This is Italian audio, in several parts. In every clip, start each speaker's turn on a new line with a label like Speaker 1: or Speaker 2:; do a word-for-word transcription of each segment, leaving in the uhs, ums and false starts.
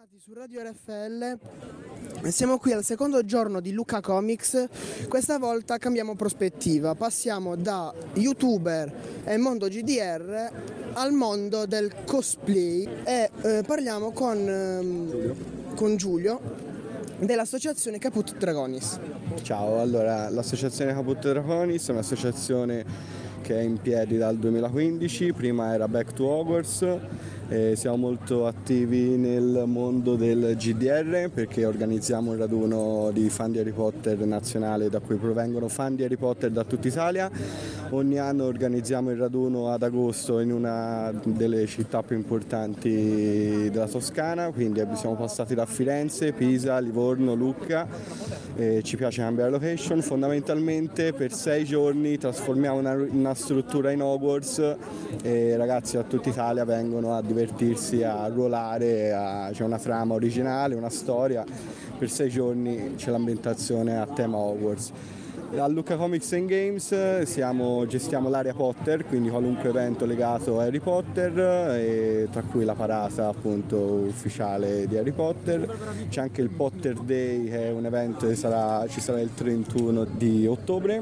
Speaker 1: Bentornati su Radio R F L. Siamo qui al secondo giorno di Lucca Comics. Questa volta cambiamo prospettiva, passiamo da youtuber e mondo G D R al mondo del cosplay e eh, parliamo con, ehm, con Giulio dell'associazione Caput Dragonis.
Speaker 2: Ciao, allora l'associazione Caput Dragonis è un'associazione che è in piedi dal duemilaquindici, prima era Back to Hogwarts. E siamo molto attivi nel mondo del G D R perché organizziamo un raduno di fan di Harry Potter nazionale da cui provengono fan di Harry Potter da tutta Italia. Ogni anno organizziamo il raduno ad agosto in una delle città più importanti della Toscana, quindi siamo passati da Firenze, Pisa, Livorno, Lucca. E ci piace cambiare location. Fondamentalmente per sei giorni trasformiamo una, una struttura in Hogwarts e ragazzi da tutta Italia vengono a divertirsi, a ruolare, a, c'è una trama originale, una storia. Per sei giorni c'è l'ambientazione a tema Hogwarts. A Lucca Comics and Games siamo, gestiamo l'area Potter, quindi qualunque evento legato a Harry Potter, e tra cui la parata appunto ufficiale di Harry Potter. C'è anche il Potter Day, che è un evento che sarà, ci sarà il trentuno di ottobre,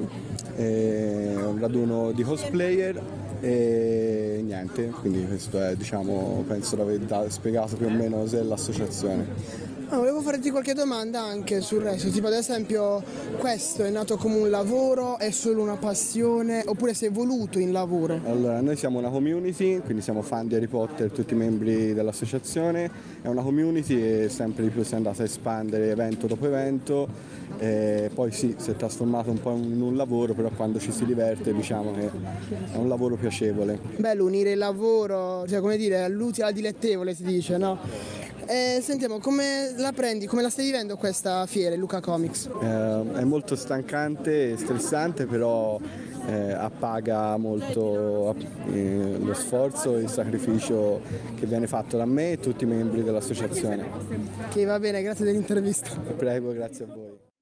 Speaker 2: un raduno di cosplayer e niente, quindi questo è, diciamo, penso di aver spiegato più o meno cos'è l'associazione.
Speaker 1: Ah, volevo farti qualche domanda anche sul resto, tipo ad esempio questo è nato come un lavoro, è solo una passione oppure si è evoluto in lavoro?
Speaker 2: Allora, noi siamo una community, quindi siamo fan di Harry Potter, tutti i membri dell'associazione, è una community e sempre di più si è andata a espandere evento dopo evento, e poi sì, si è trasformato un po' in un lavoro, però quando ci si diverte diciamo che è un lavoro piacevole.
Speaker 1: Bello unire il lavoro, cioè come dire, all'utile al dilettevole si dice, no? E sentiamo, come la prendi, come la stai vivendo questa fiera, Lucca Comics?
Speaker 2: Eh, è molto stancante e stressante, però eh, appaga molto eh, lo sforzo e il sacrificio che viene fatto da me e tutti i membri dell'associazione.
Speaker 1: Che va bene, grazie dell'intervista.
Speaker 2: Prego, grazie a voi.